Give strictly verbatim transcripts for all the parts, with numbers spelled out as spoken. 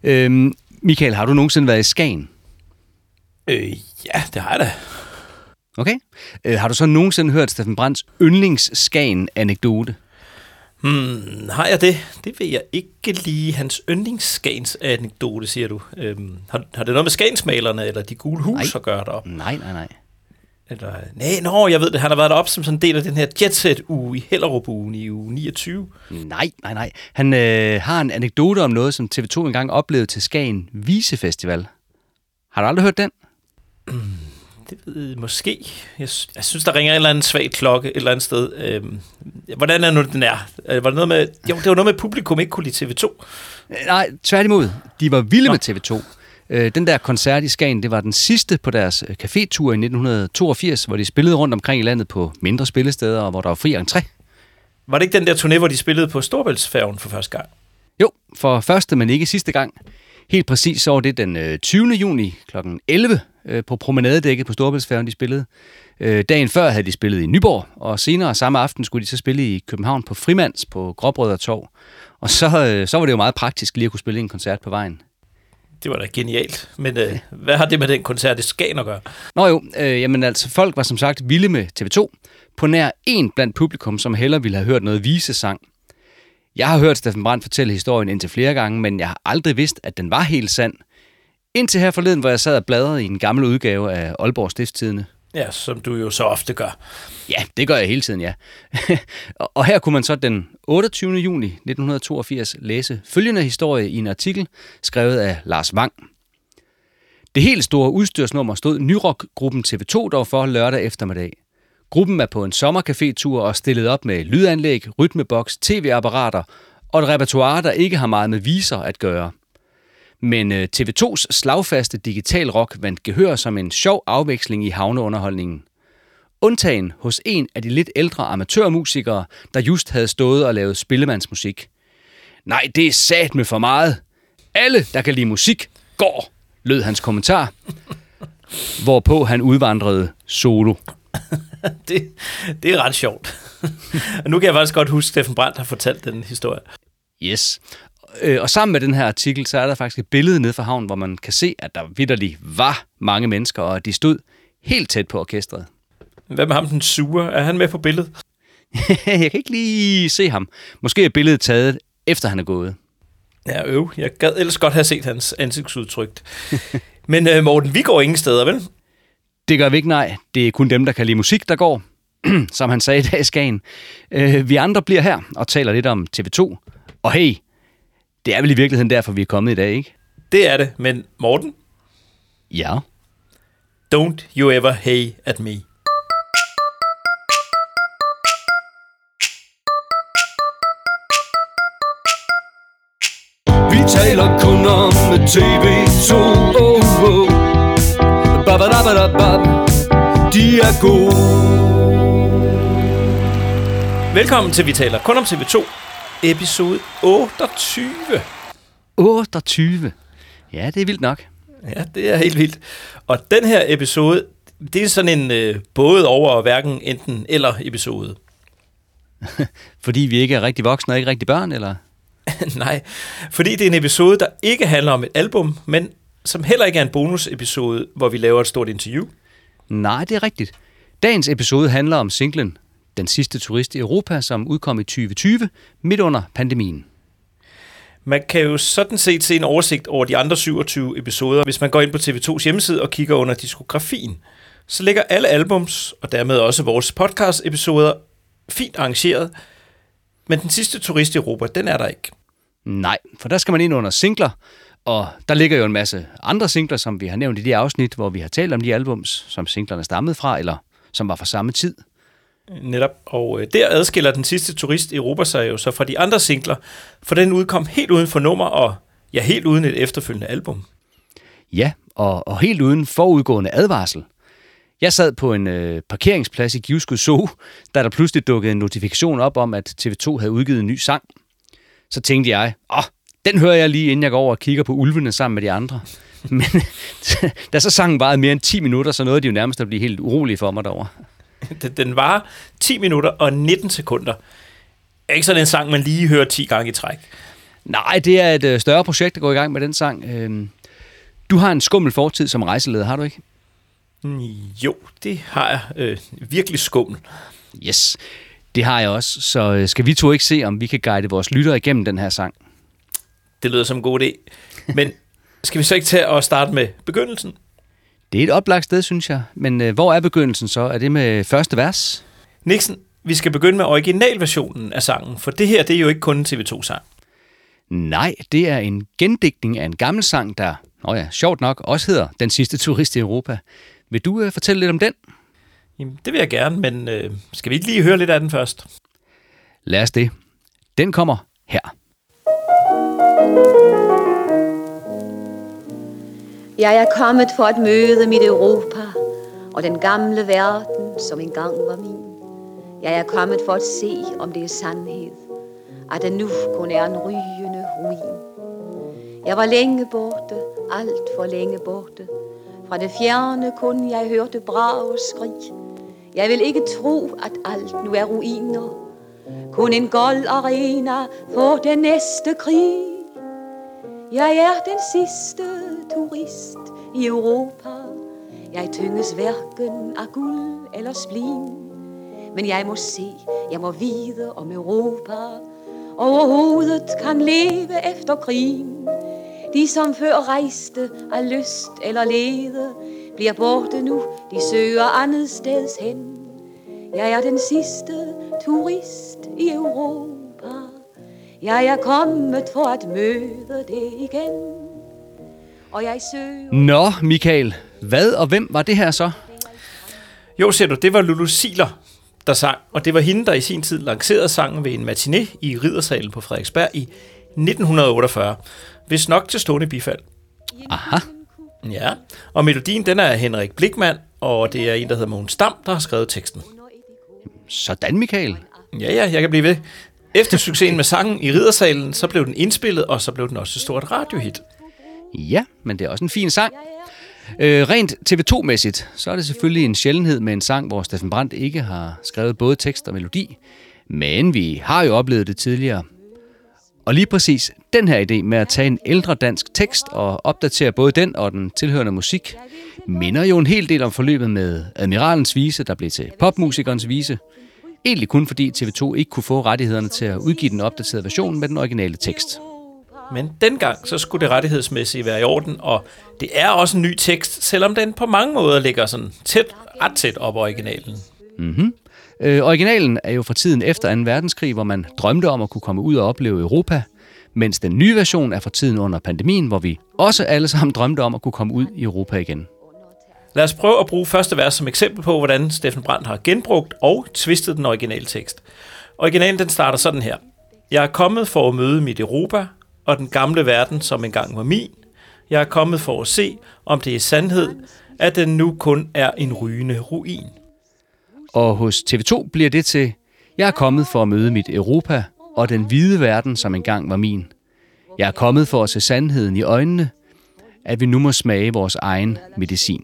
Øhm, Michael, har du nogensinde været i Skagen? Øh, ja, det har jeg da. Okay. Øh, har du så nogensinde hørt Steffen Brandts yndlings-Skagen-anekdote? Hmm, har jeg det? Det ved jeg ikke lige. Hans yndlings-Skagens-anekdote, siger du. Øhm, har, har det noget med Skagensmalerne eller de gule hus nej. at gøre deroppe? Nej, nej, nej. Eller, nej, nå, jeg ved det. Han har været deroppe som sådan en del af den her Jetset-uge i Hellerup-ugen i uge niogtyve. Nej, nej, nej. Han øh, har en anekdote om noget, som T V to engang oplevede til Skagen Visefestival. Har du aldrig hørt den? Mm, det ved jeg måske. Jeg, jeg synes, der ringer en eller anden svag klokke et eller andet sted. Øhm, hvordan er nu den er? Var det noget med, jo, det var noget med, at publikum ikke kunne lide T V to. Nej, tværtimod. De var vilde Nå. med T V to. Den der koncert i Skagen, det var den sidste på deres cafétur i nitten toogfirs, hvor de spillede rundt omkring i landet på mindre spillesteder, og hvor der var fri entré. Var det ikke den der turné, hvor de spillede på Storebæltsfærgen for første gang? Jo, for første, men ikke sidste gang. Helt præcis så var det den tyvende juni klokken elleve på promenadedækket på Storebæltsfærgen, de spillede. Dagen før havde de spillet i Nyborg, og senere samme aften skulle de så spille i København på Frimands på Gråbrødre Torv. Og så, så var det jo meget praktisk lige at kunne spille en koncert på vejen. Det var da genialt. Men øh, hvad har det med den koncert i Skagen at gøre? Nå jo, øh, jamen altså, folk var som sagt vilde med T V to. På nær en blandt publikum, som hellere ville have hørt noget visesang. Jeg har hørt Steffen Brandt fortælle historien indtil flere gange, men jeg har aldrig vidst, at den var helt sand. Indtil her forleden, hvor jeg sad og bladrede i en gammel udgave af Aalborg Stiftstidende. Ja, som du jo så ofte gør. Ja, det gør jeg hele tiden, ja. Og her kunne man så den otteogtyvende juni nitten toogfirs læse følgende historie i en artikel, skrevet af Lars Wang. Det helt store udstyrsnummer stod Nyrock-gruppen T V to dog for lørdag eftermiddag. Gruppen er på en sommercafé-tur og stillet op med lydanlæg, rytmeboks, tv-apparater og et repertoire, der ikke har meget med viser at gøre. Men T V tos slagfaste digital rock vandt gehør som en sjov afveksling i havneunderholdningen. Undtagen hos en af de lidt ældre amatørmusikere, der just havde stået og lavet spillemandsmusik. Nej, det er satme for meget. Alle, der kan lide musik, går, lød hans kommentar, hvorpå han udvandrede solo. det, det er ret sjovt. Nu kan jeg faktisk godt huske, at Steffen Brandt har fortalt den historie. Yes. Og sammen med den her artikel, så er der faktisk et billede nede fra havnen, hvor man kan se, at der vitterligt var mange mennesker, og de stod helt tæt på orkestret. Hvad med ham, den sure? Er han med på billedet? Jeg kan ikke lige se ham. Måske er billedet taget, efter han er gået. Ja, øv. Jeg gad ellers godt have set hans ansigtsudtryk. Men uh, Morten, vi går ingen steder, vel? Det gør vi ikke, nej. Det er kun dem, der kan lide musik, der går. Som han sagde i dag i Skagen. Uh, vi andre bliver her og taler lidt om T V to. Og hey, det er vel i virkeligheden derfor, vi er kommet i dag, ikke? Det er det, men Morten? Ja? Don't you ever hey at me. Vi taler kun om T V to. Oh, oh. Ba-ba-da-ba-da-ba. De er gode. Velkommen til Vi taler kun om T V to. Episode otteogtyve. otteogtyve. Ja, det er vildt nok. Ja, det er helt vildt. Og den her episode, det er sådan en øh, både over og hverken enten eller episode. Fordi vi ikke er rigtig voksne og ikke rigtig børn, eller? Nej, fordi det er en episode, der ikke handler om et album, men som heller ikke er en bonusepisode, hvor vi laver et stort interview. Nej, det er rigtigt. Dagens episode handler om singlen Den sidste turist i Europa, som udkom i tyve tyve, midt under pandemien. Man kan jo sådan set se en oversigt over de andre syvogtyve episoder, hvis man går ind på T V tos hjemmeside og kigger under diskografien. Så ligger alle albums, og dermed også vores podcast-episoder, fint arrangeret. Men Den sidste turist i Europa, den er der ikke. Nej, for der skal man ind under singler, og der ligger jo en masse andre singler, som vi har nævnt i de afsnit, hvor vi har talt om de albums, som singlerne stammede fra, eller som var fra samme tid. Netop, og der adskiller Den sidste turist i Europa sig jo så fra de andre singler, for den udkom helt uden for nummer, og ja, helt uden et efterfølgende album. Ja, og, og helt uden forudgående advarsel. Jeg sad på en øh, parkeringsplads i Givskud Zoo, da der pludselig dukkede en notifikation op om, at T V to havde udgivet en ny sang. Så tænkte jeg, åh, den hører jeg lige, inden jeg går over og kigger på ulvene sammen med de andre. Men da så sangen varede mere end ti minutter, så nåede de jo nærmest at blive helt urolige for mig derovre. Den var ti minutter og nitten sekunder. Er ikke sådan en sang, man lige hører ti gange i træk. Nej, det er et øh, større projekt, der går i gang med den sang. Øh, du har en skummel fortid som rejseleder, har du ikke? Mm, jo, det har jeg. Øh, virkelig skummel. Yes, det har jeg også. Så øh, skal vi to ikke se, om vi kan guide vores lyttere igennem den her sang? Det lyder som en god idé. Men skal vi så ikke tage og starte med begyndelsen? Det er et oplagt sted, synes jeg. Men øh, hvor er begyndelsen så? Er det med første vers? Nixon, vi skal begynde med originalversionen af sangen, for det her det er jo ikke kun en T V to-sang. Nej, det er en gendigtning af en gammel sang, der, nå ja, sjovt nok, også hedder Den sidste turist i Europa. Vil du øh, fortælle lidt om den? Jamen, det vil jeg gerne, men øh, skal vi ikke lige høre lidt af den først? Lad os det. Den kommer her. Jeg er kommet for at møde mit Europa og den gamle verden, som engang var min. Jeg er kommet for at se, om det er sandhed, at den nu kun er en rygende ruin. Jeg var længe borte, alt for længe borte. Fra det fjerne kun jeg hørte brag og skrig. Jeg vil ikke tro, at alt nu er ruiner. Kun en gold arena for den næste krig. Jeg er den sidste turist i Europa. Jeg tynges hverken af guld eller splin. Men jeg må se, jeg må vide om Europa. Overhovedet kan leve efter krigen. De som før rejste af lyst eller lede, bliver borte nu, de søger andet steds hen. Jeg er den sidste turist i Europa. Jeg er kommet for at møde det igen. Og jeg søger... Nå, Michael, hvad og hvem var det her så? Jo, ser du, det var Lulu Ziegler, der sang, og det var hende, der i sin tid lancerede sangen ved en matiné i Riddersalen på Frederiksberg i nitten otteogfyrre. Hvis nok til stående bifald. Aha. Ja, og melodien, den er Henrik Blichmann, og det er en, der hedder Mogens Dam, der har skrevet teksten. Sådan, Michael. Ja, ja, jeg kan blive ved. Efter succesen med sangen i Riddersalen, så blev den indspillet, og så blev den også et stort radiohit. Ja, men det er også en fin sang. Øh, rent T V to-mæssigt, så er det selvfølgelig en sjældenhed med en sang, hvor Steffen Brandt ikke har skrevet både tekst og melodi. Men vi har jo oplevet det tidligere. Og lige præcis den her idé med at tage en ældre dansk tekst og opdatere både den og den tilhørende musik, minder jo en hel del om forløbet med Admiralens vise, der blev til popmusikernes vise. Egentlig kun fordi T V to ikke kunne få rettighederne til at udgive den opdaterede version med den originale tekst. Men dengang så skulle det rettighedsmæssigt være i orden, og det er også en ny tekst, selvom den på mange måder ligger sådan tæt, ret tæt op originalen. Mhm. Øh, originalen er jo fra tiden efter anden verdenskrig, hvor man drømte om at kunne komme ud og opleve Europa, mens den nye version er fra tiden under pandemien, hvor vi også alle sammen drømte om at kunne komme ud i Europa igen. Lad os prøve at bruge første vers som eksempel på, hvordan Steffen Brandt har genbrugt og twistet den originale tekst. Originalen den starter sådan her. Jeg er kommet for at møde mit Europa og den gamle verden, som engang var min. Jeg er kommet for at se, om det er sandhed, at den nu kun er en rygende ruin. Og hos T V to bliver det til, jeg er kommet for at møde mit Europa og den hvide verden, som engang var min. Jeg er kommet for at se sandheden i øjnene, at vi nu må smage vores egen medicin.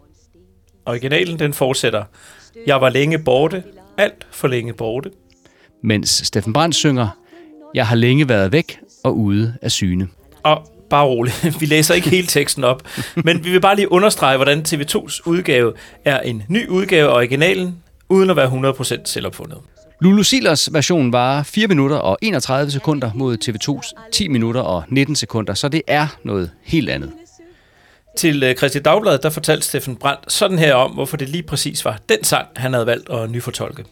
Originalen den fortsætter. Jeg var længe borte, alt for længe borte. Mens Steffen Brandt synger, jeg har længe været væk og ude af syne. Og bare roligt, vi læser ikke hele teksten op, men vi vil bare lige understrege, hvordan T V tos udgave er en ny udgave af originalen, uden at være hundrede procent selvopfundet. Lulu Zieglers version var fire minutter og enogtredive sekunder mod T V tos ti minutter og nitten sekunder, så det er noget helt andet. Til Kristeligt Dagblad, der fortalte Steffen Brandt sådan her om, hvorfor det lige præcis var den sang, han havde valgt at nyfortolke.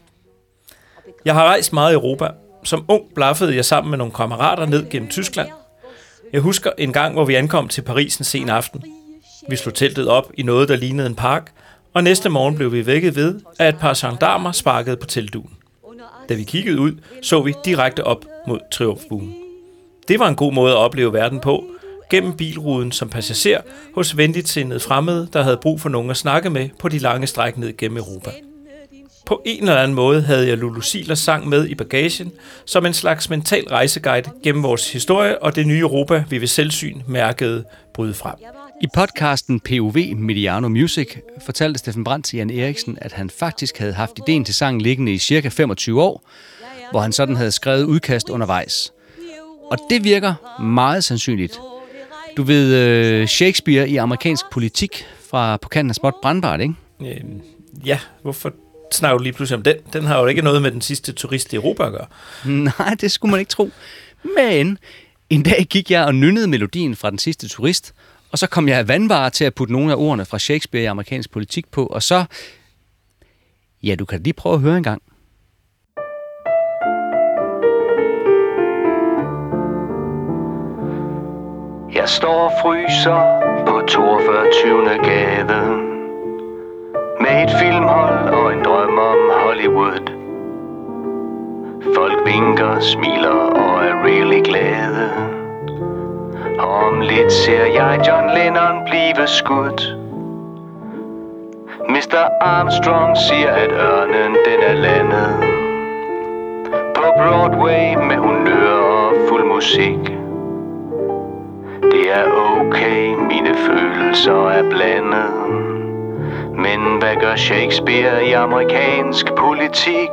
Jeg har rejst meget i Europa. Som ung blaffede jeg sammen med nogle kammerater ned gennem Tyskland. Jeg husker en gang, hvor vi ankom til Paris en sen aften. Vi slog teltet op i noget, der lignede en park, og næste morgen blev vi vækket ved, at et par gendarmer sparkede på teltdugen. Da vi kiggede ud, så vi direkte op mod Triumfbuen. Det var en god måde at opleve verden på, gennem bilruden som passager hos venligsindede fremmede, der havde brug for nogen at snakke med på de lange stræk ned gennem Europa. På en eller anden måde havde jeg Lulu Zieglers sang med i bagagen, som en slags mental rejseguide gennem vores historie og det nye Europa, vi ved selvsyn mærkede bryde frem. I podcasten P O V Mediano Music fortalte Steffen Brandt til Jan Eriksen, at han faktisk havde haft ideen til sangen liggende i cirka femogtyve år, hvor han sådan havde skrevet udkast undervejs. Og det virker meget sandsynligt. Du ved, øh, Shakespeare i amerikansk politik fra På kanten af småt brandbart, ikke? Øh, ja, hvorfor snakker du lige pludselig om den? Den har jo ikke noget med den sidste turist i Europa at gøre. Nej, det skulle man ikke tro. Men en dag gik jeg og nynnede melodien fra Den sidste turist, og så kom jeg af vandvare til at putte nogle af ordene fra Shakespeare i amerikansk politik på, og så... Ja, du kan lige prøve at høre en gang. Jeg står og fryser på toogfyrre tyvende gade med et filmhold og en drøm om Hollywood. Folk vinker, smiler og er really glade. Og om lidt ser jeg John Lennon blive skudt. mister Armstrong siger, at ørnen den er landet på Broadway med honør og fuld musik. Det er okay, mine følelser er blandet. Men hvad gør Shakespeare i amerikansk politik?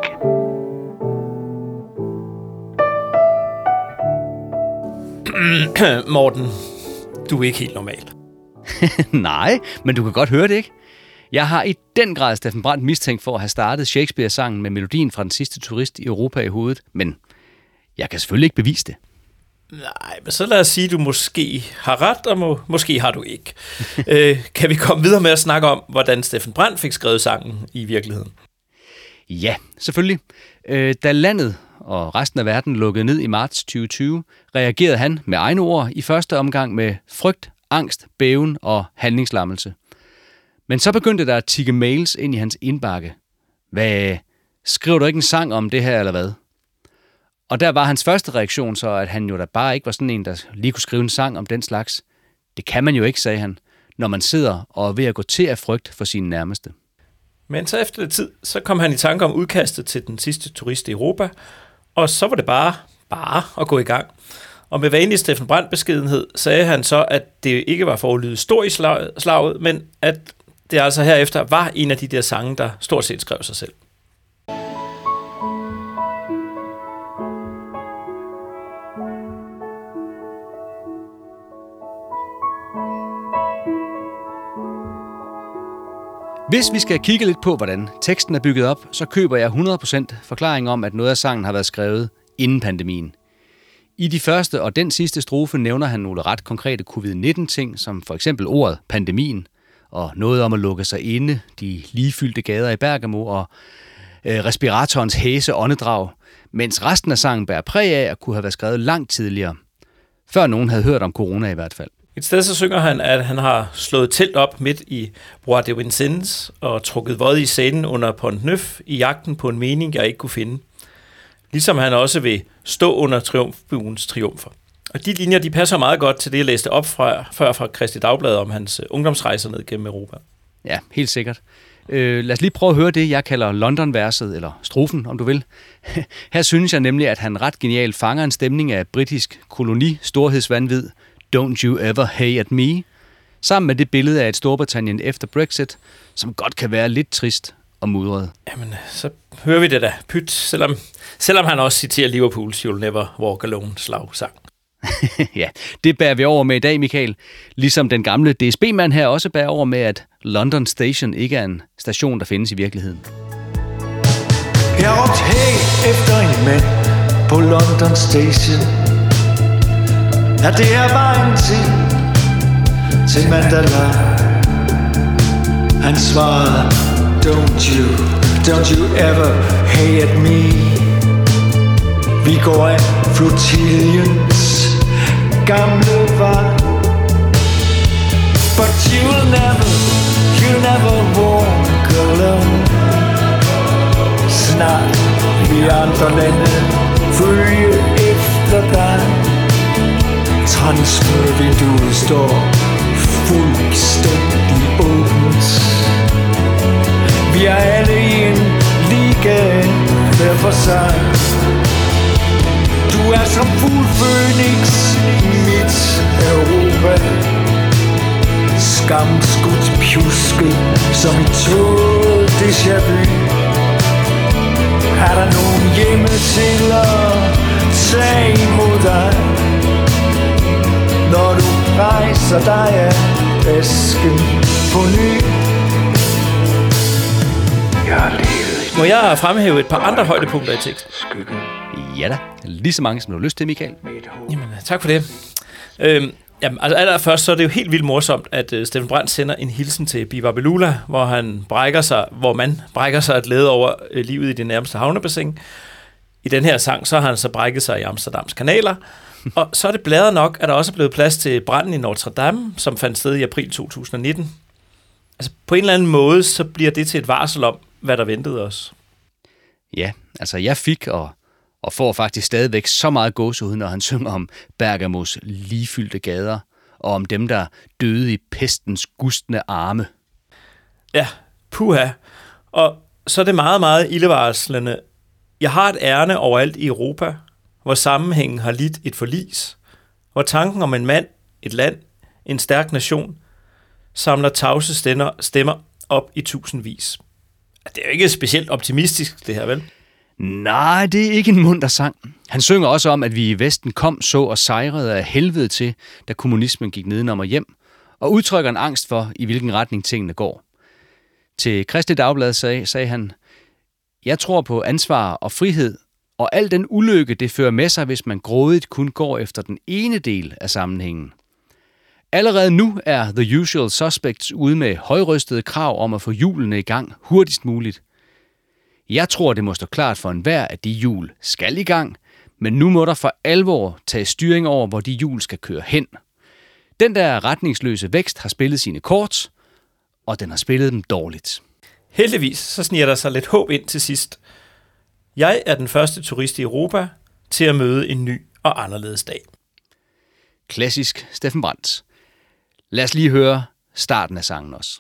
Morten, du er ikke helt normal. Nej, men du kan godt høre det, ikke? Jeg har i den grad Steffen Brandt mistænkt for at have startet Shakespeare-sangen med melodien fra Den sidste turist i Europa i hovedet, men jeg kan selvfølgelig ikke bevise det. Nej, men så lad os sige, at du måske har ret, og må, måske har du ikke. øh, kan vi komme videre med at snakke om, hvordan Steffen Brandt fik skrevet sangen i virkeligheden? Ja, selvfølgelig. Øh, da landet og resten af verden lukkede ned i marts tyve tyve, reagerede han med egne ord i første omgang med frygt, angst, bæven og handlingslammelse. Men så begyndte der at tikke mails ind i hans indbakke. Hvad, skriver du ikke en sang om det her, eller hvad? Og der var hans første reaktion så, at han jo da bare ikke var sådan en, der lige kunne skrive en sang om den slags. Det kan man jo ikke, sagde han, når man sidder og er ved at gå til af frygt for sine nærmeste. Men så efter det tid, så kom han i tanke om udkastet til Den sidste turist i Europa, og så var det bare, bare at gå i gang. Og med vanlig Steffen Brandt beskedenhed sagde han så, at det ikke var for at lyde stor i slaget, men at det altså herefter var en af de der sange, der stort set skrev sig selv. Hvis vi skal kigge lidt på, hvordan teksten er bygget op, så køber jeg hundrede procent forklaring om, at noget af sangen har været skrevet inden pandemien. I de første og den sidste strofe nævner han nogle ret konkrete covid nitten ting, som for eksempel ordet pandemien, og noget om at lukke sig inde, de ligefyldte gader i Bergamo og øh, respiratorens hæse åndedrag, mens resten af sangen bærer præg af at kunne have været skrevet langt tidligere, før nogen havde hørt om corona i hvert fald. Et sted så synger han, at han har slået telt op midt i Bois de Vincennes og trukket vod i scenen under Pont Neuf i jagten på en mening, jeg ikke kunne finde. Ligesom han også vil stå under triumfbuens triumfer. Og de linjer, de passer meget godt til det, jeg læste op fra, før fra Kristi Dagblad om hans ungdomsrejser ned gennem Europa. Ja, helt sikkert. Øh, lad os lige prøve at høre det, jeg kalder London-verset, eller strofen, om du vil. Her synes jeg nemlig, at han ret genialt fanger en stemning af britisk koloni-storhedsvanvid, Don't you ever hate at me, sammen med det billede af et Storbritannien efter Brexit, som godt kan være lidt trist og mudret. Jamen, så hører vi det da. Pyt, selvom, selvom han også citerer Liverpools You'll Never Walk Alone slagsang. Ja, det bærer vi over med i dag, Michael. Ligesom den gamle D S B-mand her også bærer over med, at London Station ikke er en station, der findes i virkeligheden. Jeg råbte hey efter en mand på London Station. Ja, det er vejen til, til Mandala. Han svarede, don't you, don't you ever hate me. Vi går af flotiliens gamle vej. But you'll never, you'll never walk alone. Snart vi andre lande følge efter dig. Transfervinduet står fuldstændig åbent. Vi er alle i en liga hver for sig. Du er som fugl Fønix midt Europa. Skamskudt pjusket som i tåget déjà vu. Er der nogen hjemme til at sag imod dig, når du rejser dig af æsken på ny. Jeg har levet. Må jeg fremhæve et par andre højdepunkter i teksten? Ja da, lige så mange som du har lyst til, Michael. Jamen, tak for det. Øhm, jamen, altså allerførst så er det jo helt vildt morsomt, at uh, Steffen Brandt sender en hilsen til Biba Belula, hvor han brækker sig, hvor man brækker sig at lede over uh, livet i det nærmeste havnebassin. I den her sang, så har han så brækket sig i Amsterdams kanaler. Og så er det bladret nok, at der også er blevet plads til branden i Notre Dame, som fandt sted i april to tusind nitten. Altså på en eller anden måde, så bliver det til et varsel om, hvad der ventede os. Ja, altså jeg fik og, og får faktisk stadigvæk så meget gåsehud, når han synger om Bergamos ligefyldte gader, og om dem, der døde i pestens gustne arme. Ja, puha. Og så er det meget, meget ildevarslende. Jeg har et ærne overalt i Europa, hvor sammenhængen har lidt et forlis, hvor tanken om en mand, et land, en stærk nation, samler tavse stemmer, stemmer op i tusindvis. Det er jo ikke specielt optimistisk, det her, vel? Nej, det er ikke en munter sang. Han synger også om, at vi i Vesten kom, så og sejrede af helvede til, da kommunismen gik nedenom og hjem, og udtrykker en angst for, i hvilken retning tingene går. Til Kristeligt Dagblad sagde, sagde han, jeg tror på ansvar og frihed, og al den ulykke, det fører med sig, hvis man grådigt kun går efter den ene del af sammenhængen. Allerede nu er The Usual Suspects ude med højrystede krav om at få hjulene i gang hurtigst muligt. Jeg tror, det må stå klart for enhver, at de hjul skal i gang, men nu må der for alvor tage styring over, hvor de hjul skal køre hen. Den der retningsløse vækst har spillet sine kort, og den har spillet dem dårligt. Heldigvis så sniger der sig lidt håb ind til sidst. Jeg er den første turist i Europa til at møde en ny og anderledes dag. Klassisk Steffen Brandt. Lad os lige høre starten af sangen også.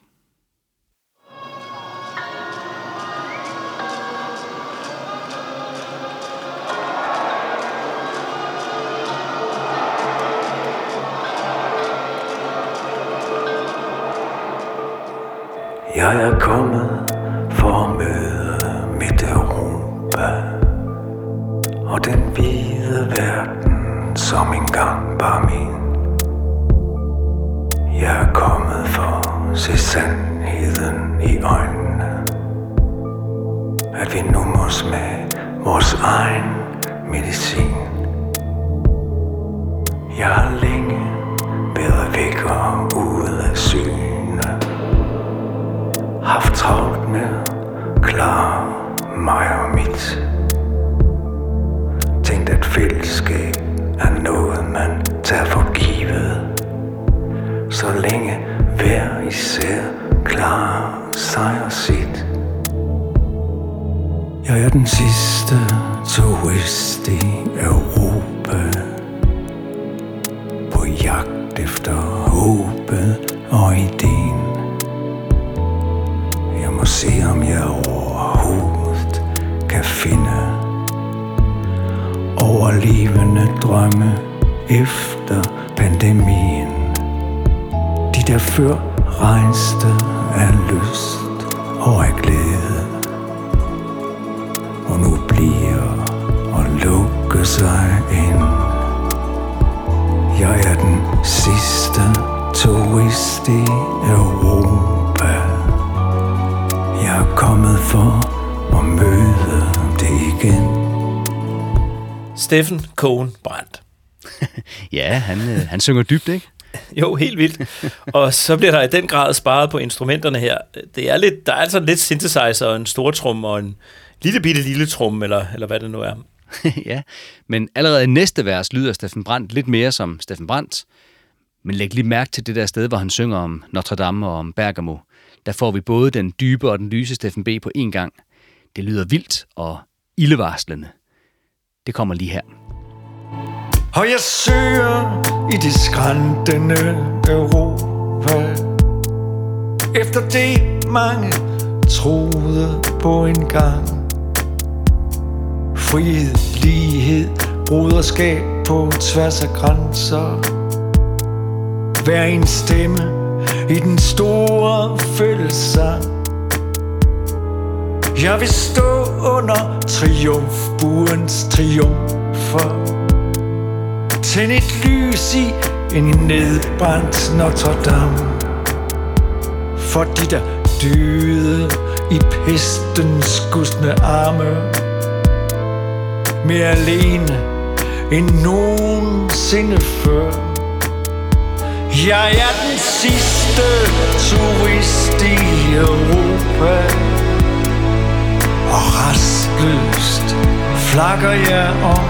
Jeg er kommet for at møde mit Europa og den hvide verden, som engang var min. Jeg er kommet for at se sandheden i øjnene, at vi nu må smage vores egen medicin. Jeg har længe været væk og ude af syne, haft travlt med at klare mig og mit. Tænkt, at fællesskab er noget, man tager for givet, så længe hver især klarer sig og sit. Jeg er den sidste turist i Europa, på jagt efter håbet og ideen. Jeg må se, om jeg overhovedet kan finde overlevende drømme efter pandemien. De der før rejste af lyst og af glæde, og nu bliver og lukke sig ind. Jeg er den sidste turist i Europa. Jeg er kommet for at møde det igen. Steffen Kogen Brandt. Ja, han, øh, han synger dybt, ikke? Jo, helt vildt. Og så bliver der i den grad sparet på instrumenterne her. Det er lidt, der er altså lidt synthesizer og en stortrum og en lille bitte lille trum, eller, eller hvad det nu er. Ja, men allerede i næste vers lyder Steffen Brandt lidt mere som Steffen Brandt. Men læg lige mærke til det der sted, hvor han synger om Notre Dame og om Bergamo. Der får vi både den dybe og den lyse Steffen B. på én gang. Det lyder vildt og ildevarslende. Det kommer lige her. Og jeg søger i det skræntende Europa efter det mange troede på en gang. Frihed, lighed, broderskab på tværs af grænser. Hver en stemme i den store fællessang. Jeg vil stå under triumfbuens triumfer Tænd et lys i en nedbrændt Notre Dame. For de der døde i pestens gustne arme. Mere alene end nogensinde før. Jeg er den sidste turist i Europa. Og rastløst flakker jeg om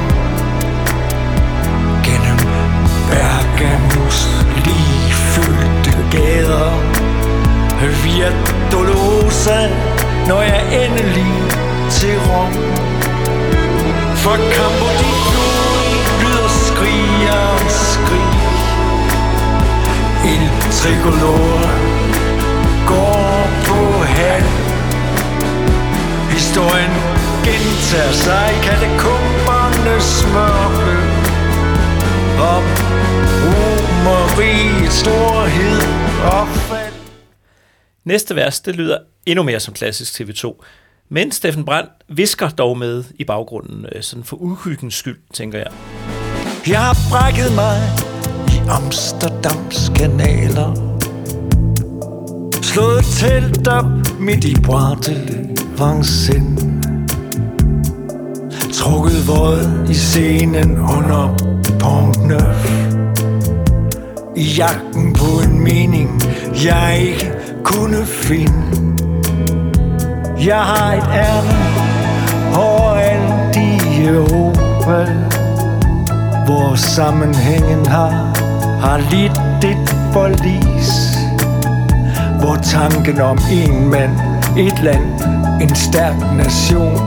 gennem Bergamos ligefyldte gader. Via Dolorosa når jeg endelig til Rom. For Campo di Fiori lyder skriger skrig. Il tricolore går på halv. Historien gentager sig i katakombernes mørke. Om Romerrigets storhed og fald. Næste vers, det lyder endnu mere som klassisk T V to. Men Steffen Brandt visker dog med i baggrunden, sådan for uhyggens skyld, tænker jeg. Jeg har brækket mig i Amsterdams kanaler. Slået telt op midt i Bois de Vincennes. Trukket våd i scenen under Pont Neuf. I jagten på en mening, jeg ikke kunne finde. Jeg har et ærne overalt i Europa, hvor sammenhængen har, har lidt et forlis. Hvor tanken om en mand, et land, en stærk nation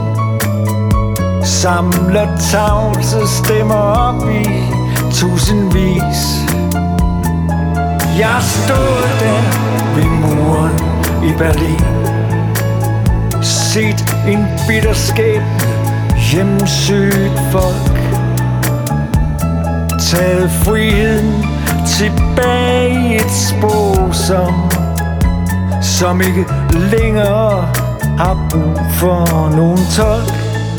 samler tavse stemmer op i tusindvis. Jeg stod der ved muren i Berlin, set en bitter skæbne, hjemsøgt folk, taget friheden tilbage i et sprog, som, som ikke længere har brug for nogen tolk.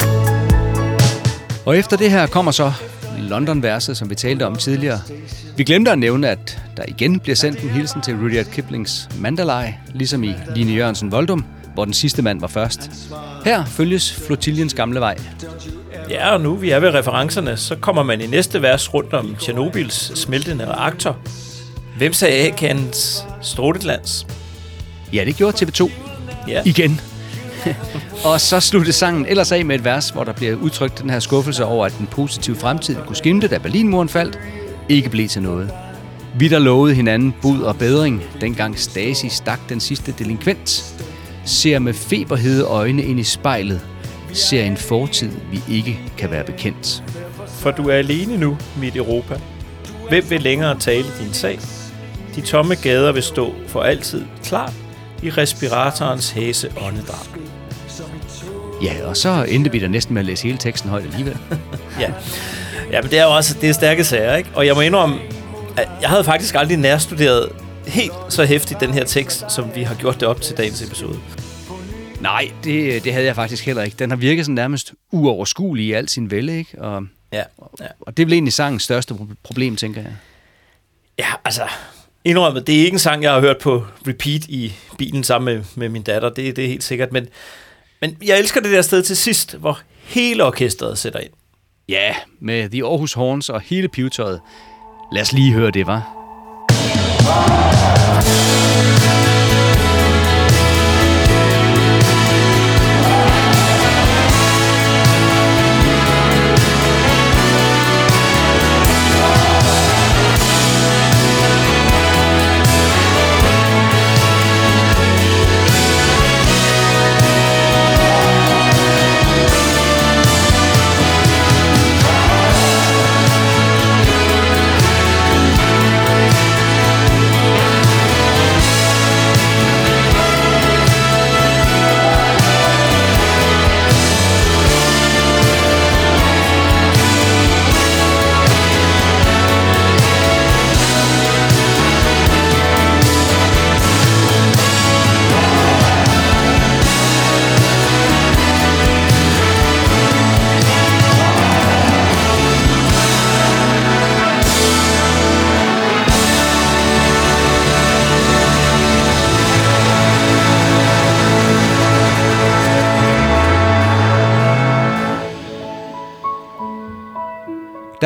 Og efter det her kommer så London-verset, som vi talte om tidligere. Vi glemte at nævne, at der igen bliver sendt en hilsen til Rudyard Kiplings Mandalay, ligesom i Line Jørgensen Voldum, hvor den sidste mand var først. Her følges flotiliens gamle vej. Ja, og nu vi er ved referencerne, så kommer man i næste vers rundt om Tjernobyls smeltende reaktor. Hvem sagde A-kandens Stråletlands? Ja, det gjorde T V to. Ja. Igen. Og så sluttede sangen ellers af med et vers, hvor der bliver udtrykt den her skuffelse over, at den positive fremtid kunne skimte, da Berlinmuren faldt, ikke blev til noget. Vi der lovede hinanden bud og bedring, dengang Stasi stak den sidste delinkvent, ser med feberhede øjne ind i spejlet, ser en fortid, vi ikke kan være bekendt. For du er alene nu, midt Europa. Hvem vil længere tale din sag? De tomme gader vil stå for altid klart i respiratorens hæse åndedrag. Ja, og så endte vi da næsten med at læse hele teksten højt alligevel. Ja. Ja, men det er jo også det er stærke sager, ikke? Og jeg må indrømme, at jeg havde faktisk aldrig nærstuderet helt så hæftigt den her tekst, som vi har gjort det op til dagens episode. Nej, det, det havde jeg faktisk heller ikke. Den har virket sådan nærmest uoverskuelig i alt sin vælge, ikke? Og, Ja, ja. og det er vel egentlig sangens største problem, tænker jeg. Ja, altså, indrømmet, det er ikke en sang, jeg har hørt på repeat i bilen sammen med, med min datter. Det, det er helt sikkert, men, men jeg elsker det der sted til sidst, hvor hele orkestret sætter ind. Ja, med The Aarhus Horns og hele pivetøjet. Lad os lige høre det, hva'?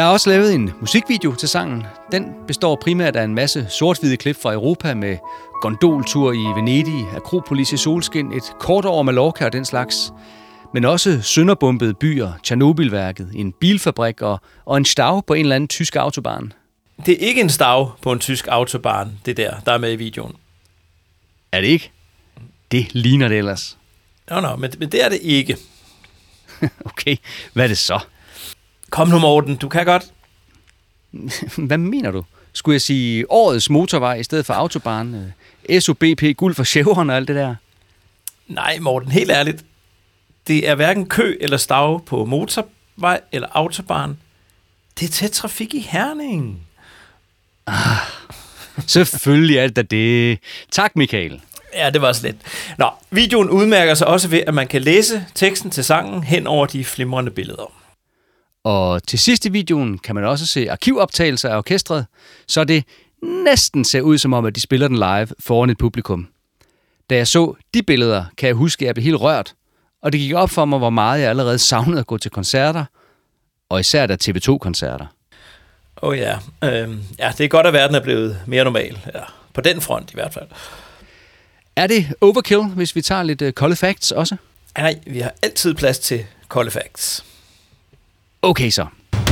er også lavet en musikvideo til sangen. Den består primært af en masse sort-hvide klip fra Europa med gondoltur i Venedig, Akropolis i solskin, et kort over Mallorca og den slags. Men også sønderbombede byer, Tjernobylværket, en bilfabrik og, og en stav på en eller anden tysk autobahn. Det er ikke en stav på en tysk autobahn, det der, der er med i videoen. Er det ikke? Det ligner det ellers. Nå, nå, men, men det er det ikke. Okay, hvad er det så? Kom nu, Morten, du kan godt. Hvad mener du? Skulle jeg sige årets motorvej i stedet for autobahn? S O B P, guld for Chevron og alt det der? Nej, Morten, helt ærligt. Det er hverken kø eller stav på motorvej eller autobahn. Det er tæt trafik i Herning. Ah, selvfølgelig er det det. Tak, Michael. Ja, det var slet. Nå, videoen udmærker sig også ved, at man kan læse teksten til sangen hen over de flimrende billeder. Og til sidst i videoen kan man også se arkivoptagelser af orkestret, så det næsten ser ud som om, at de spiller den live foran et publikum. Da jeg så de billeder, kan jeg huske, at jeg blev helt rørt, og det gik op for mig, hvor meget jeg allerede savnede at gå til koncerter, og især der T V to-koncerter. Åh oh ja. Øhm, ja, det er godt, at verden er blevet mere normal. Ja, på den front i hvert fald. Er det overkill, hvis vi tager lidt uh, kolde facts også? Nej, vi har altid plads til kolde facts. Okay så.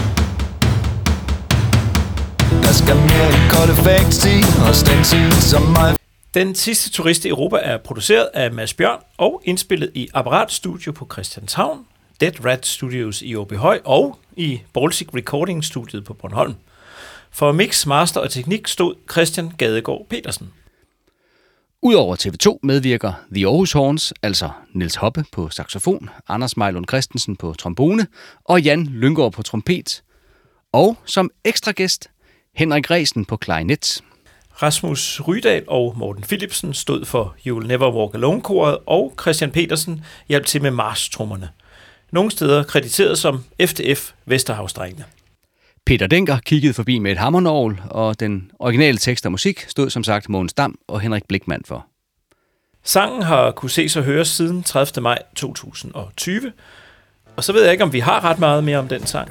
Der skal mere kolde facts i, og stændig som mig. Den sidste turist i Europa er produceret af Mads Bjørn og indspillet i Apparatstudio på Christianshavn, Dead Rat Studios i Åbyhøj og i Baltic Recording Studiet på Bornholm. For mix, master og teknik stod Christian Gadegaard Petersen. Udover T V to medvirker The Aarhus Horns, altså Niels Hoppe på saxofon, Anders Mejlund Christensen på trombone og Jan Lynggaard på trompet. Og som ekstra gæst, Henrik Resen på klarinet. Rasmus Rydal og Morten Philipsen stod for You'll Never Walk Alone-koret, og Christian Petersen hjalp til med marschtrommerne. Nogle steder krediteret som F D F Vesterhavsdrengene. Peter Denker kiggede forbi med et hammernorgel, og den originale tekst og musik stod som sagt Mogens Dam og Henrik Blichmann for. Sangen har kunne ses og høres siden tredivte maj to tusind og tyve, og så ved jeg ikke, om vi har ret meget mere om den sang.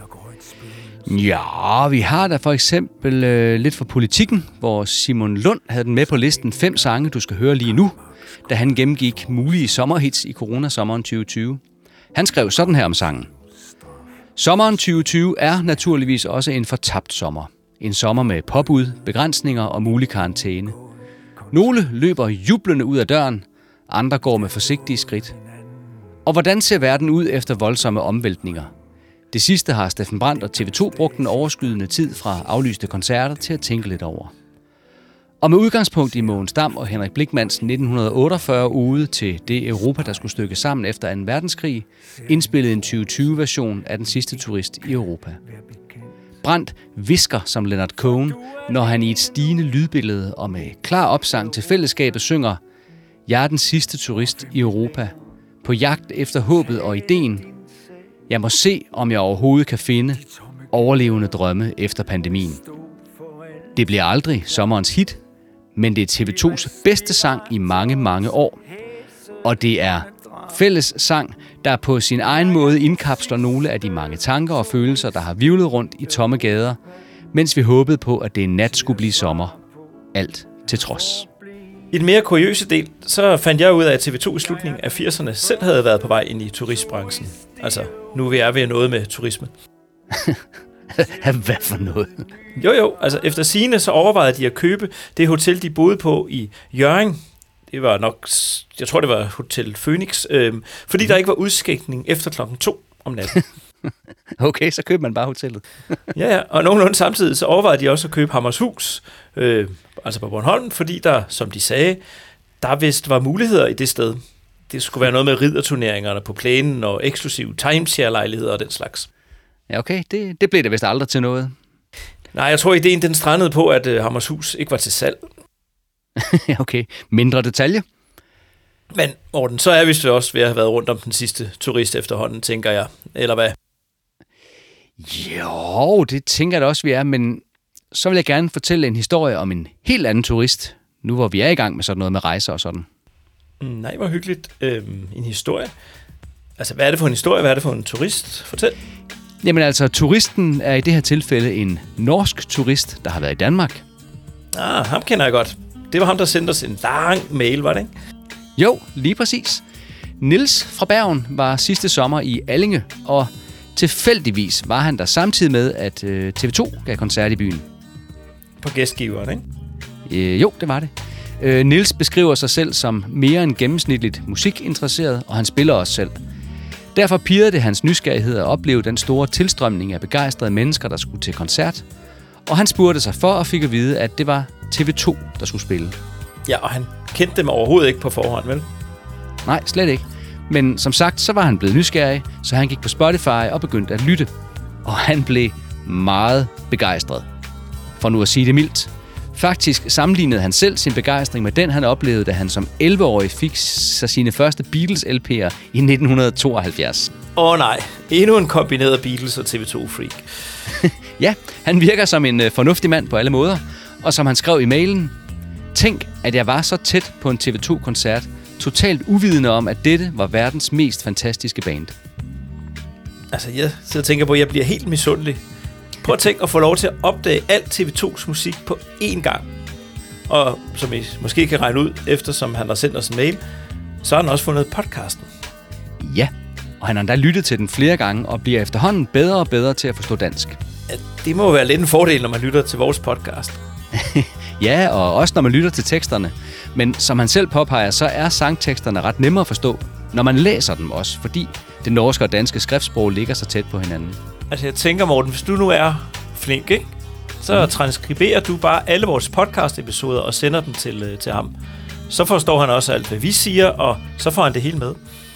Ja, vi har da for eksempel øh, lidt for Politikken, hvor Simon Lund havde den med på listen fem sange, du skal høre lige nu, da han gennemgik mulige sommerhits i coronasommeren tyve tyve. Han skrev sådan her om sangen. Sommeren tyve tyve er naturligvis også en fortabt sommer. En sommer med påbud, begrænsninger og mulig karantæne. Nogle løber jublende ud af døren, andre går med forsigtige skridt. Og hvordan ser verden ud efter voldsomme omvæltninger? Det sidste har Steffen Brandt og T V to brugt den overskydende tid fra aflyste koncerter til at tænke lidt over. Og med udgangspunkt i Mogens Dam og Henrik Blichmanns nitten otteogfyrre ude til det Europa, der skulle stykke sammen efter anden verdenskrig, indspillede en tyve tyve-version af Den sidste turist i Europa. Brandt visker som Leonard Cohen, når han i et stigende lydbillede og med klar opsang til fællesskabet synger Jeg er den sidste turist i Europa, på jagt efter håbet og ideen. Jeg må se, om jeg overhovedet kan finde overlevende drømme efter pandemien. Det bliver aldrig sommerens hit, men det er T V tos bedste sang i mange, mange år. Og det er fælles sang, der på sin egen måde indkapsler nogle af de mange tanker og følelser, der har hvirvlet rundt i tomme gader, mens vi håbede på, at det en nat skulle blive sommer. Alt til trods. I den mere kuriøse del, så fandt jeg ud af, at T V to i slutningen af firserne selv havde været på vej ind i turistbranchen. Altså, nu er vi er ved noget med turisme. Hvad for noget? Jo jo, altså efter sigende så overvejede de at købe det hotel, de boede på i Hjørring. Det var nok, jeg tror det var Hotel Phoenix, øh, fordi mm. der ikke var udskænkning efter klokken to om natten. Okay, så køber man bare hotellet. Ja, ja, og nogenlunde samtidig så overvejede de også at købe Hammershus, øh, altså på Bornholm, fordi der, som de sagde, der vist var muligheder i det sted. Det skulle være noget med ridderturneringerne på plænen og eksklusive timeshare-lejligheder og den slags. Ja, okay, det, det blev det vist aldrig til noget. Nej, jeg tror, ideen den strandede på, at uh, Hammershus ikke var til salg. Okay, mindre detalje. Men Morten, så er vi så også ved at have været rundt om den sidste turist efterhånden, tænker jeg. Eller hvad? Jo, det tænker jeg da også, vi er, men så vil jeg gerne fortælle en historie om en helt anden turist, nu hvor vi er i gang med sådan noget med rejser og sådan. Nej, hvor hyggeligt. Øhm, en historie. Altså, hvad er det for en historie? Hvad er det for en turist? Fortæl. Jamen altså, turisten er i det her tilfælde en norsk turist, der har været i Danmark. Ah, ham kender jeg godt. Det var ham, der sendte os en lang mail, var det ikke? Jo, lige præcis. Niels fra Bergen var sidste sommer i Allinge, og tilfældigvis var han der samtidig med, at øh, T V to gav koncert i byen. På gæstgiveren, ikke? Øh, jo, det var det. Øh, Niels beskriver sig selv som mere end gennemsnitligt musikinteresseret, og han spiller også selv. Derfor pirrede det hans nysgerrighed at opleve den store tilstrømning af begejstrede mennesker, der skulle til koncert. Og han spurgte sig for og fik at vide, at det var T V to, der skulle spille. Ja, og han kendte dem overhovedet ikke på forhånd, vel? Nej, slet ikke. Men som sagt, så var han blevet nysgerrig, så han gik på Spotify og begyndte at lytte. Og han blev meget begejstret. For nu at sige det mildt. Faktisk sammenlignede han selv sin begejstring med den, han oplevede, da han som elleve-årig fik sig sine første Beatles-L P'er i nitten tooghalvfjerds. Åh oh, nej, endnu en kombineret Beatles og T V to-freak. Ja, han virker som en øh, fornuftig mand på alle måder. Og som han skrev i mailen: tænk, at jeg var så tæt på en T V to-koncert, totalt uvidende om, at dette var verdens mest fantastiske band. Altså, jeg sidder og tænker på, at jeg bliver helt misundelig. Prøv at tænke at få lov til at opdage alt T V tos musik på én gang. Og som I måske kan regne ud, eftersom han har sendt os en mail, så har han også fundet podcasten. Ja, og han har endda lyttet til den flere gange og bliver efterhånden bedre og bedre til at forstå dansk. Ja, det må være lidt en fordel, når man lytter til vores podcast. Ja, og også når man lytter til teksterne. Men som han selv påpeger, så er sangteksterne ret nemmere at forstå, når man læser dem også, fordi det norske og danske skriftsprog ligger så tæt på hinanden. Altså jeg tænker, Morten, hvis du nu er flink, ikke? Så mm. transkriberer du bare alle vores podcast-episoder og sender dem til, øh, til ham. Så forstår han også alt, hvad vi siger, og så får han det hele med.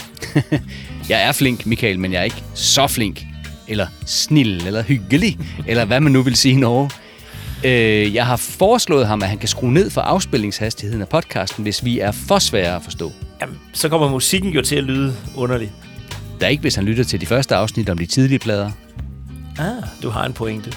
Jeg er flink, Michael, men jeg er ikke så flink. Eller snil, eller hyggelig, eller hvad man nu vil sige i Norge. Øh, jeg har foreslået ham, at han kan skrue ned for afspilningshastigheden af podcasten, hvis vi er for svære at forstå. Jamen, så kommer musikken jo til at lyde underligt. Der er ikke, hvis han lytter til de første afsnit om de tidlige plader. Ah, du har en pointe.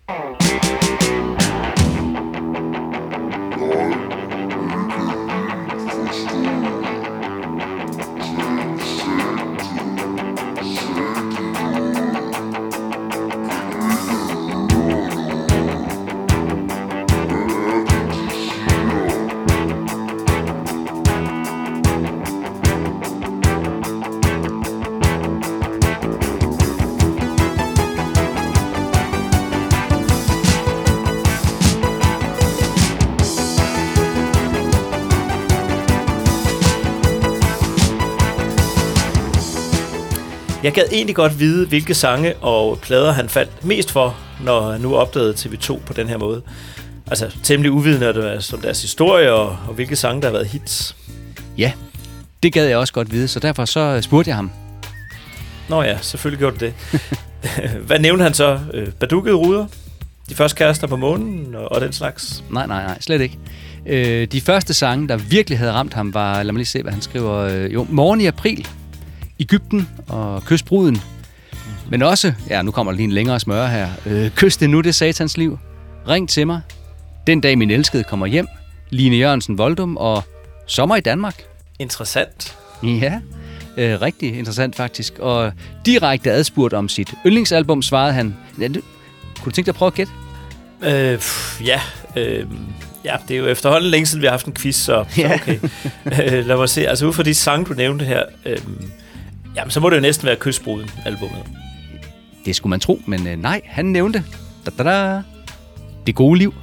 Jeg gad egentlig godt vide, hvilke sange og plader han faldt mest for, når han nu opdagede T V to på den her måde. Altså temmelig uvidende om deres historie og, og hvilke sange, der har været hits. Ja, det gad jeg også godt vide, så derfor så spurgte jeg ham. Nå ja, selvfølgelig gjorde det. Hvad nævnte han så? Badukkede ruder? De første kærester på månen og, og den slags? Nej, nej, nej, slet ikke. Øh, de første sange, der virkelig havde ramt ham, var, lad mig lige se, hvad han skriver, øh, jo, Morgen i april, Egypten og Kys bruden. Men også, ja, nu kommer der lige en længere smøre her, øh, Kys det nu, det satans liv, Ring til mig, Den dag min elskede kommer hjem, Line Jørgensen Voldum og Sommer i Danmark. Interessant. Ja, øh, rigtig interessant faktisk. Og direkte adspurgt om sit yndlingsalbum, svarede han, ja, du, kunne du tænke dig at prøve at gætte? Øh, pff, ja, øh, ja, det er jo efterhånden længe siden, vi har haft en quiz, så, så okay. øh, lad mig se, altså ud fra de sange, du nævnte her, øh, jamen, så må det jo næsten være Kysbruden albumet. Det skulle man tro, men øh, nej, han nævnte da, da, da, Det gode liv.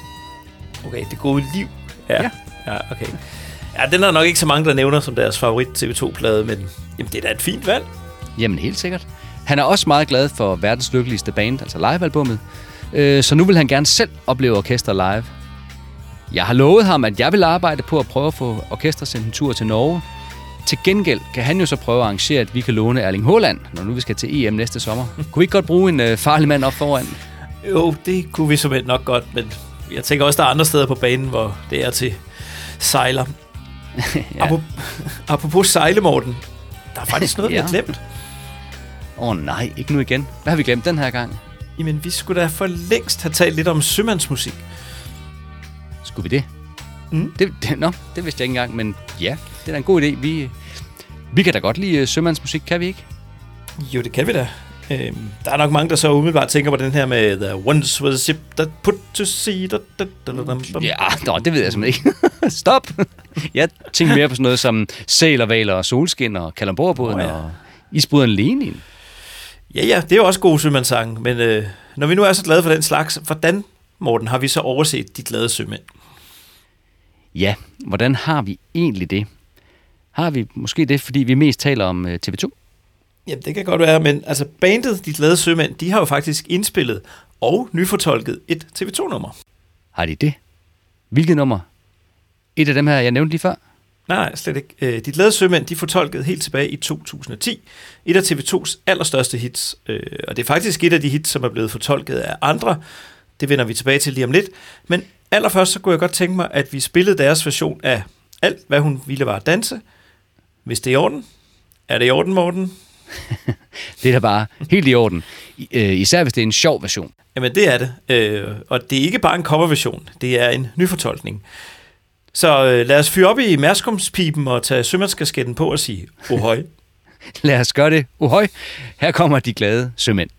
Okay, Det gode liv. Ja, ja. ja, okay. Ja, den er nok ikke så mange, der nævner som deres favorit T V to-plade, men jamen, det er da et fint valg. Jamen, helt sikkert. Han er også meget glad for verdens lykkeligste band, altså live-albummet. Øh, så nu vil han gerne selv opleve orkester live. Jeg har lovet ham, at jeg vil arbejde på at prøve at få orkestret sendt en tur til Norge. Til gengæld kan han jo så prøve at arrangere, at vi kan låne Erling Haaland, når nu vi skal til E M næste sommer. Kunne vi ikke godt bruge en øh, farlig mand op foran? Jo, det kunne vi simpelthen nok godt, men jeg tænker også, der er andre steder på banen, hvor det er til sejler. Ja. Apropos sejle, Morten, der er faktisk noget, ja. vi har glemt. Åh oh, nej, ikke nu igen. Hvad har vi glemt den her gang? Jamen, vi skulle da for længst have talt lidt om sømandsmusik. Skulle vi det? Mm. Det, det nå, det vidste jeg ikke engang, men ja, det er da en god idé. Vi, vi kan da godt lide sømandsmusik, kan vi ikke? Jo, det kan vi da. Øh, der er nok mange, der så umiddelbart tænker på den her med The once was a ship that put to sea. Da, da, da, da, da. Ja, nå, det ved jeg simpelthen ikke. Stop! Jeg tænker mere på sådan noget som sæler, valer og solskin og kalamborbåden oh, ja. og isbryderen Lenin. Ja, ja, det er jo også gode sømandssange, men øh, når vi nu er så glade for den slags, hvordan, Morten, har vi så overset de glade sømænd? Ja, hvordan har vi egentlig det? Har vi måske det, fordi vi mest taler om øh, T V to? Jamen, det kan godt være, men altså bandet, de glade sømænd, de har jo faktisk indspillet og nyfortolket et T V to-nummer. Har de det? Hvilket nummer? Et af dem her, jeg nævnte lige før? Nej, slet ikke. De glade sømænd, de fortolkede helt tilbage i to tusind og ti. Et af T V tos allerstørste hits. Og det er faktisk et af de hits, som er blevet fortolket af andre. Det vender vi tilbage til lige om lidt. Men allerførst, så kunne jeg godt tænke mig, at vi spillede deres version af alt, hvad hun ville var at danse. Hvis det er i orden. Er det i orden, Morten? Det er da bare helt i orden. Især hvis det er en sjov version. Jamen, det er det. Og det er ikke bare en coverversion. Det er en nyfortolkning. Så øh, lad os fyre op i mærskumspipen og tage sømandskasketten på og sige ohøj. Lad os gøre det. Ohøj. Her kommer de glade sømænd.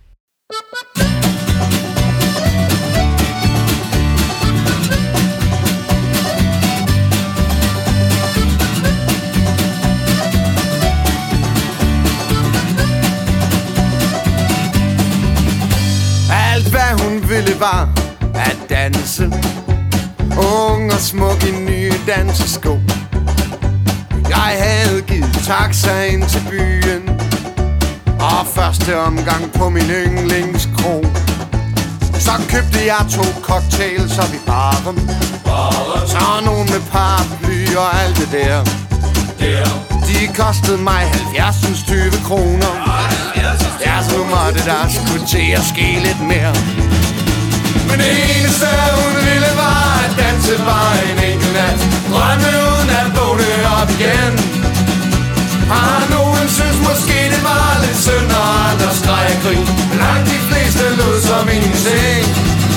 Alt hvad hun ville var at danse. Ung og smuk i nye dansesko. Jeg havde givet taxa ind til byen og første omgang på min yndlingskrog. Så købte jeg to cocktails op i baren. Så nogen med paraply og alt det der. De kostede mig halvfjerds tyve kroner. Ja, så måtte der skulle til at ske lidt mere. Men det eneste hun ville var at danse bare en enkelt nat. Drømme uden at vågne op igen. Og nogen synes måske det var lidt synd, og andre skreg og grin. Men langt de fleste lød som ingenting.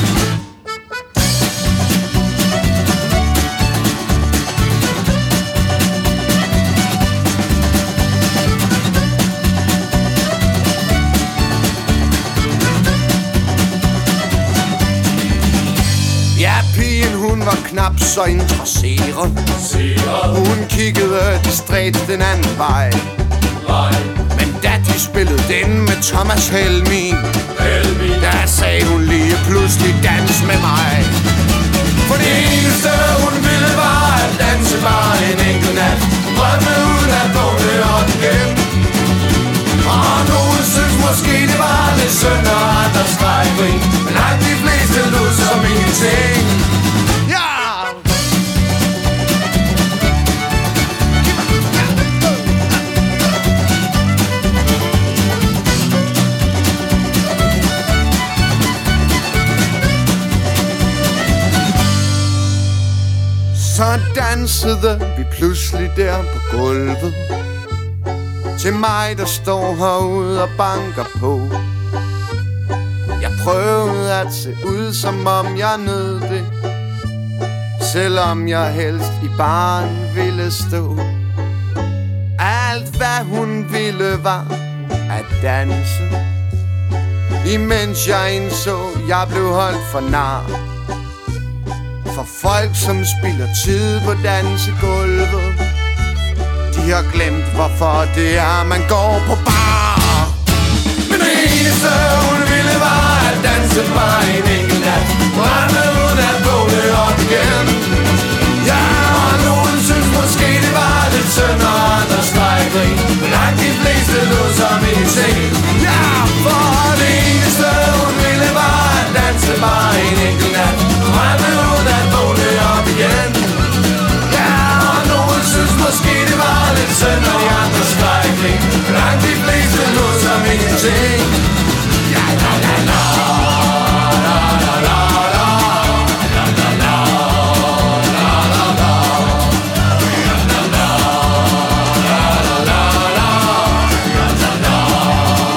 Hun var knap så interesseret. Hun kiggede distræt den anden vej. Men da de spillede den med Thomas Helmig, der sagde hun lige pludselig dans med mig. For det eneste hun ville var at danse bare en enkelt nat. Drømme uden at vågne op igen. Og nogen synes måske det var lidt synd, og andre skreg og grin. Men langt de fleste lød som ingenting. Så dansede vi pludselig der på gulvet til mig, der står herude og banker på. Jeg prøvede at se ud, som om jeg nød det, selvom jeg helst i baren ville stå. Alt hvad hun ville var at danse, imens jeg indså, jeg blev holdt for nar. For folk, som spilder tid på dansegulvet, de har glemt, hvorfor det er, man går på bar. Men det eneste, hun ville, var at danse bare en enkelt nat. Drømme uden at vågne op igen. Ja, og nogen synes måske, det var lidt synd, og andre skreg og grin. Men langt de fleste lød som ingenting. Ja, for det eneste, hun ville, var at danse bare en enkelt nat. Drømme uden at vågne op igen. Ja, og nogen synes måske det var lidt synd, og de andre skreg og grin. Langt de fleste lød som ingenting. Ja, la la la, la la la la, la la la, la la la, la la la, la la la, la la la.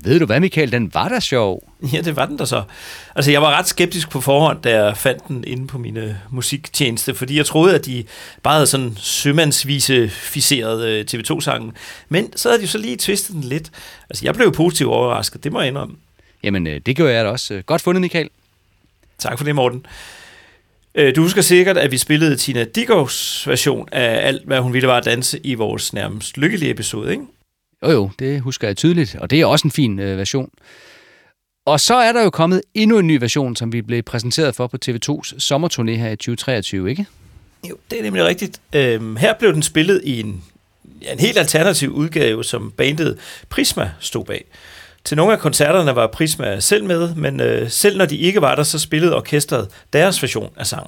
ved du hvad, Michael, den var da sjov. Ja, det var den der så. Altså, jeg var ret skeptisk på forhånd, da jeg fandt den inde på mine musiktjeneste, fordi jeg troede, at de bare havde sådan sømandsvise-ficeret T V to-sangen. Men så havde de så lige twistet den lidt. Altså, jeg blev positivt overrasket, det må jeg indrømme. Jamen, det gjorde jeg da også. Godt fundet, Michael. Tak for det, Morten. Du husker sikkert, at vi spillede Tina Dickows version af Alt, hvad hun ville var at danse i vores nærmest lykkelige episode, ikke? Jo jo, det husker jeg tydeligt, og det er også en fin øh, version. Og så er der jo kommet endnu en ny version, som vi blev præsenteret for på T V tos sommerturné her i tyve treogtyve, ikke? Jo, det er nemlig rigtigt. Øhm, her blev den spillet i en, en helt alternativ udgave, som bandet Prisma stod bag. Til nogle af koncerterne var Prisma selv med, men øh, selv når de ikke var der, så spillede orkestret deres version af sangen.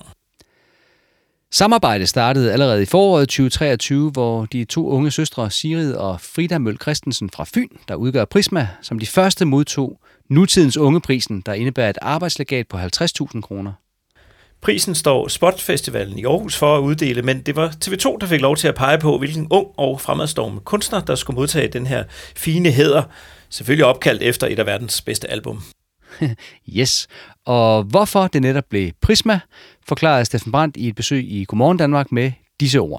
Samarbejdet startede allerede i foråret tyve treogtyve, hvor de to unge søstre Sigrid og Frida Møll Christensen fra Fyn, der udgør Prisma, som de første modtog nutidens ungeprisen, der indebærer et arbejdslegat på halvtreds tusind kroner. Prisen står Spotfestivalen i Aarhus for at uddele, men det var T V to, der fik lov til at pege på, hvilken ung og fremadstormende kunstner, der skulle modtage den her fine hæder, selvfølgelig opkaldt efter et af verdens bedste album. Yes, og hvorfor det netop blev Prisma, forklarede Steffen Brandt i et besøg i Godmorgen Danmark med disse ord.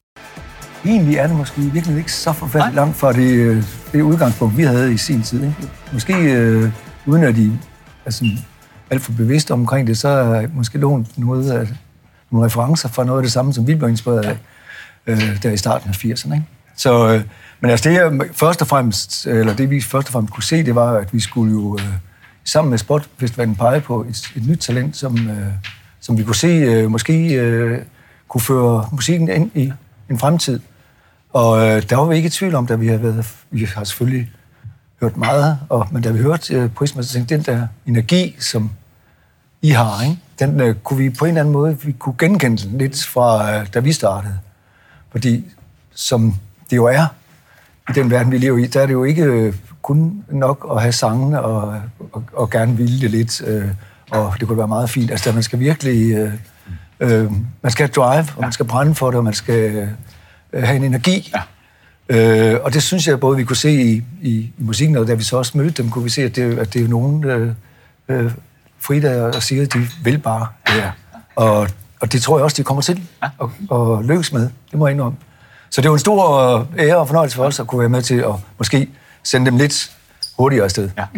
Egentlig er det måske virkelig ikke så forfærdeligt langt fra det, det udgangspunkt, vi havde i sin tid. Ikke? Måske øh, uden at de er sådan alt for bevidste omkring det, så er måske lånt noget af, nogle referencer fra noget af det samme, som vi blev inspireret af øh, der i starten af firserne. Ikke? Så, øh, men altså det, jeg først og fremmest, eller det vi først og fremmest kunne se, det var, at vi skulle jo øh, sammen med Spotfestivalen pege på et, et nyt talent, som, øh, som vi kunne se øh, måske øh, kunne føre musikken ind i en fremtid. Og øh, der var vi ikke i tvivl om, da vi har været, vi har selvfølgelig hørt meget, og, men da vi hørte øh, Prisma, så tænkte den der energi, som I har, ikke? Den øh, kunne vi på en eller anden måde, vi kunne genkende den lidt fra, øh, da vi startede. Fordi som det jo er, i den verden, vi lever i, der er det jo ikke øh, kun nok at have sangene og, og, og gerne ville det lidt, øh, og det kunne være meget fint. Altså, man skal virkelig, øh, øh, man skal drive, og man skal brænde for det, og man skal øh, have en energi. Ja. Øh, og det synes jeg både, vi kunne se i, i, i musikken, og da vi så også mødte dem, kunne vi se, at det, at det er nogen, øh, øh, Frida og Sigrid, de vil bare det her. Og, og det tror jeg også, de kommer til at, at lykkes med. Det må jeg indrømme. Så det var en stor ære og fornøjelse for os at kunne være med til at måske sende dem lidt hurtigere afsted. Ja.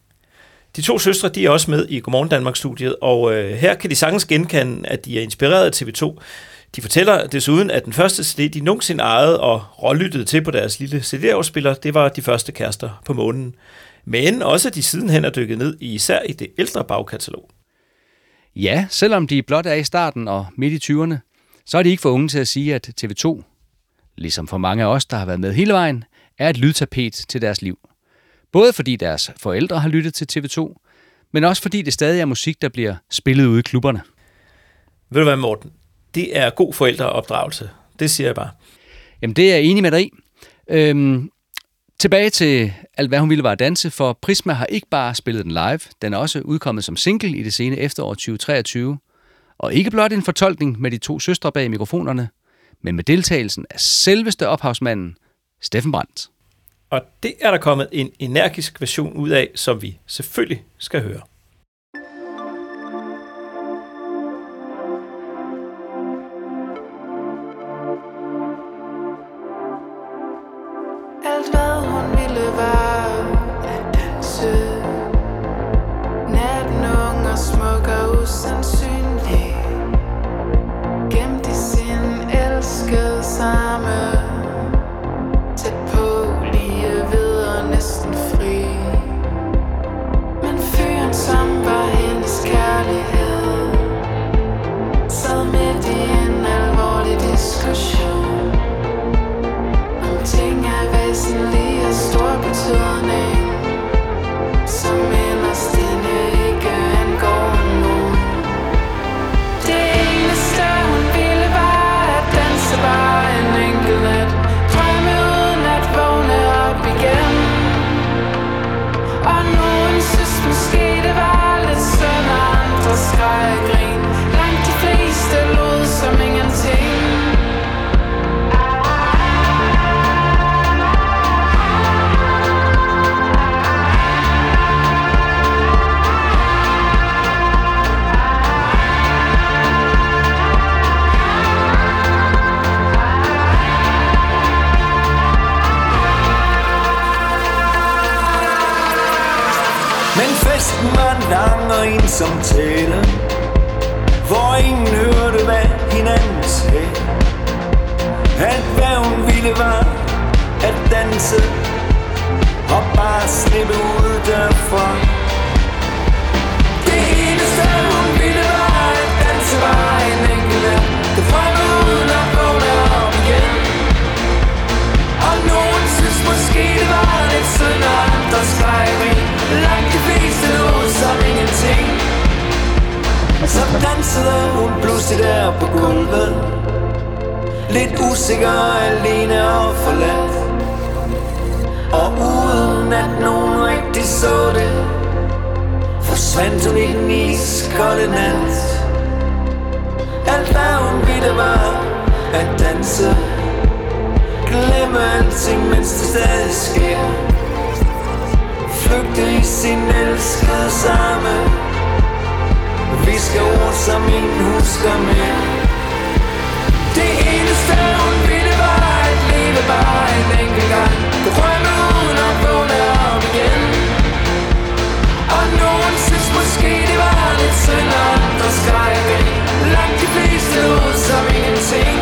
De to søstre, de er også med i Godmorgen Danmark-studiet, og øh, her kan de sagtens genkende, at de er inspireret af T V to. De fortæller desuden, at den første C D, de nogensinde ejede og rålyttede til på deres lille C D-afspiller, det var De første kærester på månen. Men også de sidenhen er dykket ned i især i det ældre bagkatalog. Ja, selvom de blot er i starten og midt i tyverne, så er de ikke for unge til at sige, at T V to, ligesom for mange af os, der har været med hele vejen, er et lydtapet til deres liv. Både fordi deres forældre har lyttet til T V to, men også fordi det stadig er musik, der bliver spillet ude i klubberne. Ved du hvad, Morten? Det er god forældreopdragelse. Det siger jeg bare. Jamen, det er jeg enig med dig i. Øhm, tilbage til Alt, hvad hun ville var at danse, for Prisma har ikke bare spillet den live, den er også udkommet som single i det sene efterår tyve treogtyve. Og ikke blot en fortolkning med de to søstre bag mikrofonerne, men med deltagelsen af selveste ophavsmanden, Steffen Brandt. Og det er der kommet en energisk version ud af, som vi selvfølgelig skal høre. Alt hvad hun ville var at danse. Natten ung og smuk og usandsynlig. Gemt i sin elskede samme. Tæt på, lige ved og næsten fri. Men fyren så lang og ensom tale, hvor ingen hørte, hvad hinanden sagde. Alt hvad hun ville var at danse og bare slippe ud derfra. Det eneste hun ville var at danse, var en enkelt nat. Det drømte uden at vågne op igen. Og nogen synes måske det var lidt synd, og andre skreg ring. Langt de fleste lå som ingenting. Så dansede hun pludselig der på gulvet, lidt usikker, alene og forladt. Og uden at nogen rigtig så det, forsvandt hun i den iskolde nat. Alt hvad hun ville var at danse, glemme alting, mens det stadig sker. Flygte i sin elskede samme, visker ord som ingen husker mere. Det eneste hun ville var at leve bare en enkelt gang, drømme uden at vågne op igen. Og nogen synes måske det var lidt synd, og andre skreg væk. Langt de fleste ud som ingenting.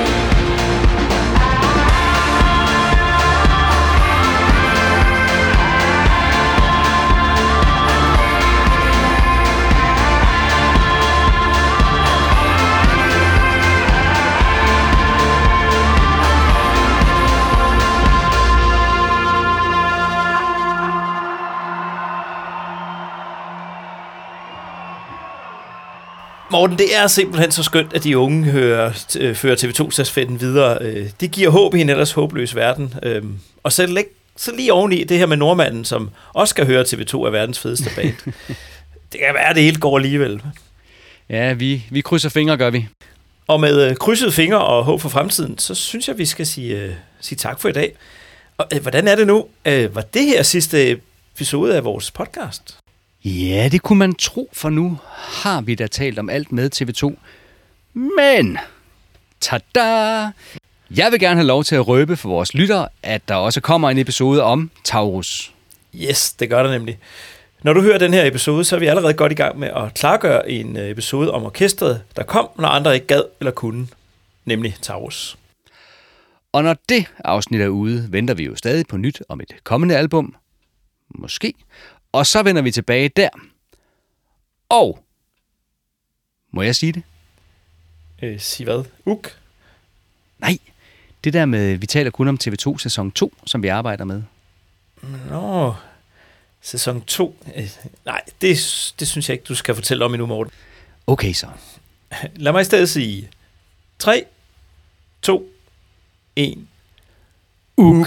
Morten, det er simpelthen så skønt, at de unge hører, øh, fører T V to-stafetten videre. Øh, det giver håb i en ellers håbløs verden. Øh, og så, læg, så lige oveni det her med nordmanden, som også skal høre T V to er verdens fedeste band. Det kan være, at det hele går alligevel. Ja, vi, vi krydser fingre, gør vi. Og med øh, krydsede fingre og håb for fremtiden, så synes jeg, vi skal sige, øh, sige tak for i dag. Og øh, hvordan er det nu? Øh, var det her sidste episode af vores podcast? Ja, det kunne man tro, for nu har vi da talt om alt med T V to. Men, tada! Jeg vil gerne have lov til at røbe for vores lyttere, at der også kommer en episode om Taurus. Yes, det gør der nemlig. Når du hører den her episode, så er vi allerede godt i gang med at klargøre en episode om orkestret, der kom, når andre ikke gad eller kunne, nemlig Taurus. Og når det afsnit er ude, venter vi jo stadig på nyt om et kommende album. Måske. Og så vender vi tilbage der. Og, må jeg sige det? Øh, sig hvad? Uk? Nej, det der med, vi taler kun om T V to sæson to, som vi arbejder med. Nå, sæson to? Øh, nej, det, det synes jeg ikke, du skal fortælle om endnu, Morten. Okay så. Lad mig i stedet sige tre, to, et. Uk.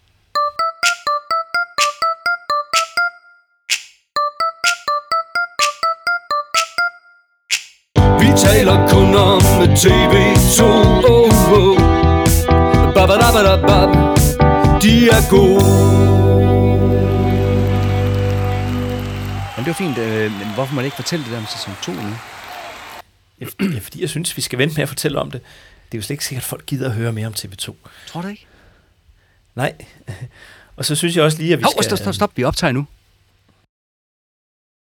Vi taler kun om T V to, oh, oh. Ba-ba-da-ba-da-ba. De er gode. Men det var fint, øh, men hvorfor må man ikke fortælle det der om sæson to nu? Ja, fordi jeg synes, vi skal vente med at fortælle om det. Det er jo slet ikke sikkert, at folk gider at høre mere om T V to. Tror du ikke? Nej. Og så synes jeg også lige, at vi Hov, skal... stop, stop, stop. Vi optager nu.